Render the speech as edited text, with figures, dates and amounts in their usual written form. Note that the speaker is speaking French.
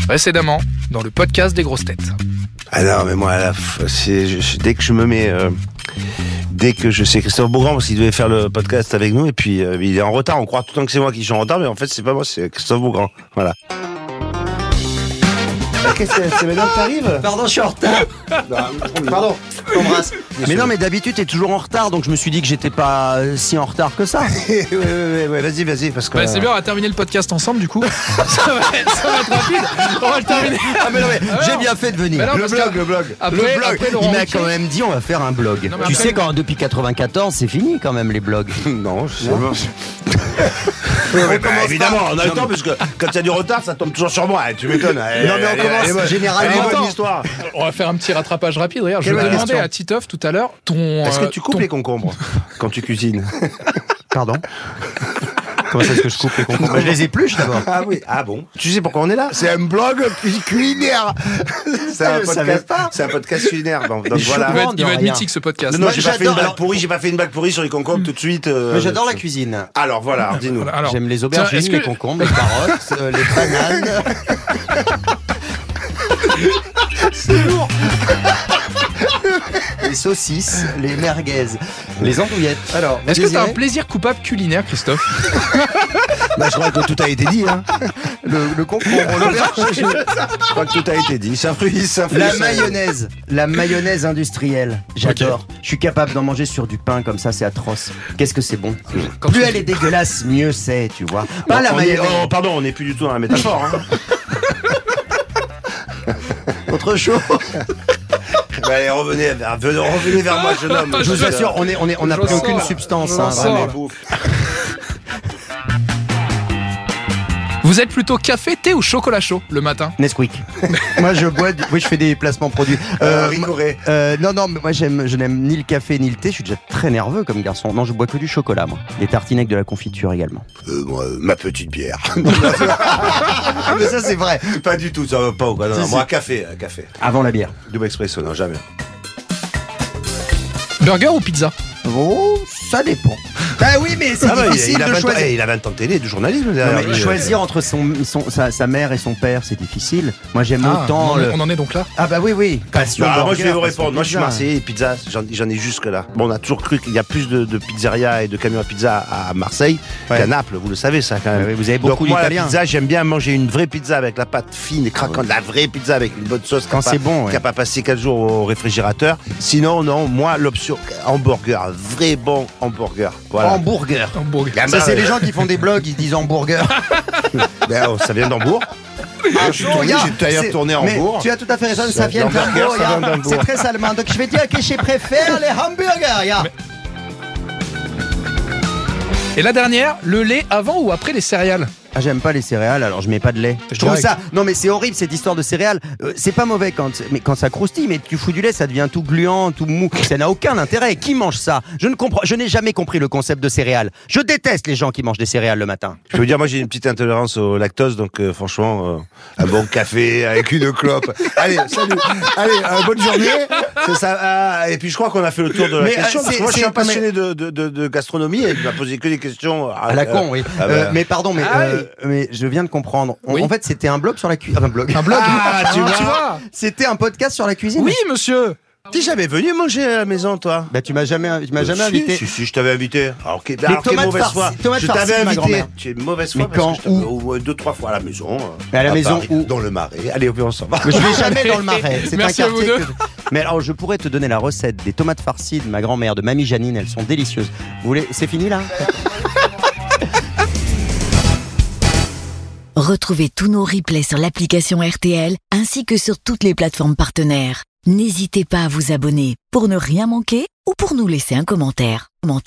Précédemment, dans le podcast des grosses têtes. Ah non, mais moi, là, dès que je me mets... Dès que je sais Christophe Beaugrand, parce qu'il devait faire le podcast avec nous, et puis il est en retard. On croit tout le temps que c'est moi qui suis en retard, mais en fait, c'est pas moi, c'est Christophe Beaugrand. Voilà. Qu'est-ce que c'est maintenant que t'arrives ? Pardon, je suis en retard. Pardon, je t'embrasse. Mais non, mais d'habitude, t'es toujours en retard, donc je me suis dit que j'étais pas si en retard que ça. ouais, vas-y, parce que... C'est bien, on va terminer le podcast ensemble, du coup. ça va être rapide. On va le terminer. Ah, mais non, mais j'ai bien fait de venir. Non, le blog. Après, Il m'a quand même dit, on va faire un blog. Non, Tu après, sais, quand depuis 94, c'est fini quand même les blogs. Non, je sais pas. Évidemment, on a le temps, parce que quand il y a du retard, ça tombe toujours sur moi. Tu m'étonnes. Non, mais on commence généralement. Bonne histoire. On va faire un petit rattrapage rapide. Regarde, je Quelle demandais question à Titoff tout à l'heure Est-ce que tu coupes les concombres quand tu cuisines ? Pardon. Comment est-ce que je coupe les concombres ? Je les épluche d'abord. Ah oui, ah bon. Tu sais pourquoi on est là ? C'est un blog culinaire. C'est un podcast culinaire. Donc voilà. Il va être mythique ce podcast. Non, j'ai pas fait une blague pourrie sur les concombres tout de suite. Mais j'adore la cuisine. Alors voilà, dis-nous. Alors, J'aime les aubergines, les concombres, les carottes, les bananes. C'est lourd. Les saucisses, les merguez, les andouillettes. Alors, est-ce que t'as un plaisir coupable culinaire, Christophe ? Je crois que tout a été dit. Hein. Le concombre, l'aubergine. Je crois que tout a été dit. C'est un fruit. La mayonnaise industrielle. J'adore. Okay. Je suis capable d'en manger sur du pain comme ça, c'est atroce. Qu'est-ce que c'est bon. Plus elle est dégueulasse, mieux c'est, tu vois. Pas la mayonnaise. Oh, pardon, on n'est plus du tout dans la métaphore. Hein. Autre chose. Allez, revenez vers moi, jeune homme. Je vous assure, on n'a pris aucune substance. Vraiment. Vous êtes plutôt café, thé ou chocolat chaud le matin ? Nesquik. Moi, je bois. Oui, je fais des placements produits. Rigoré. Non, mais moi, je n'aime ni le café ni le thé. Je suis déjà très nerveux comme garçon. Non, je bois que du chocolat, moi. Des tartines avec de la confiture également. Moi, ma petite bière. Mais ça, c'est vrai. Pas du tout, ça va pas ou quoi. Non, moi, café. Avant la bière. Double espresso, non, jamais. Burger ou pizza ? Oh, ça dépend. Bah oui, mais c'est difficile de choisir. Il a 20 ans de télé, de journalisme. Choisir entre sa mère et son père, c'est difficile. Moi, j'aime autant. On en est donc là ? Ah bah oui. Passion. Alors, moi, je vais vous répondre. Moi, je suis Marseillais et pizza, j'en ai jusque là. Bon, on a toujours cru qu'il y a plus de pizzerias et de camions à pizza à Marseille qu'à Naples. Vous le savez, ça, quand même. Oui, vous avez beaucoup d'Italiens. Moi, la pizza, j'aime bien manger une vraie pizza avec la pâte fine et craquante, de la vraie pizza avec une bonne sauce. Quand c'est bon, qui n'a pas passé 4 jours au réfrigérateur. Sinon, non, moi, l'option hamburger, vrai bon hamburger. Voilà. Hamburger. Ça, c'est les gens qui font des blogs, ils disent hamburger. Ça vient d'Hambourg. J'ai d'ailleurs tourné en Hambourg. Tu as tout à fait raison, ça vient d'Hambourg. C'est très allemand. Donc je vais dire que je préfère les hamburgers. Et la dernière, le lait avant ou après les céréales ? Ah, j'aime pas les céréales, alors je mets pas de lait. Je trouve ça. Non, mais c'est horrible cette histoire de céréales. C'est pas mauvais quand ça croustille, mais tu fous du lait, ça devient tout gluant, tout mou. Ça n'a aucun intérêt. Qui mange ça ? Je n'ai jamais compris le concept de céréales. Je déteste les gens qui mangent des céréales le matin. Je veux dire, moi j'ai une petite intolérance au lactose, donc franchement, un bon café avec une clope. Allez, salut. Allez, bonne journée. C'est ça. Et puis je crois qu'on a fait le tour de la question. Parce que moi je suis un passionné de gastronomie et il m'a posé que des questions à la con, oui. Mais pardon, mais je viens de comprendre. En fait, c'était un blog sur la cuisine. Un blog. Ah, tu vois. C'était un podcast sur la cuisine. Oui, monsieur. T'es jamais venu manger à la maison, toi ? Bah, tu m'as jamais invité. Si, je t'avais invité. Alors, quelle mauvaise foi. Je t'avais invité. Tu es une mauvaise foi. Mais quand ? Où 2-3 fois à la maison. À la maison où ? Dans le Marais. Allez, on s'en va. Mais je vais jamais dans le Marais. C'est Merci un quartier. Mais alors, je pourrais te donner la recette des tomates farcies de ma grand-mère, de Mamie Janine. Elles sont délicieuses. Vous voulez ? C'est fini là ? Retrouvez tous nos replays sur l'application RTL ainsi que sur toutes les plateformes partenaires. N'hésitez pas à vous abonner pour ne rien manquer ou pour nous laisser un commentaire.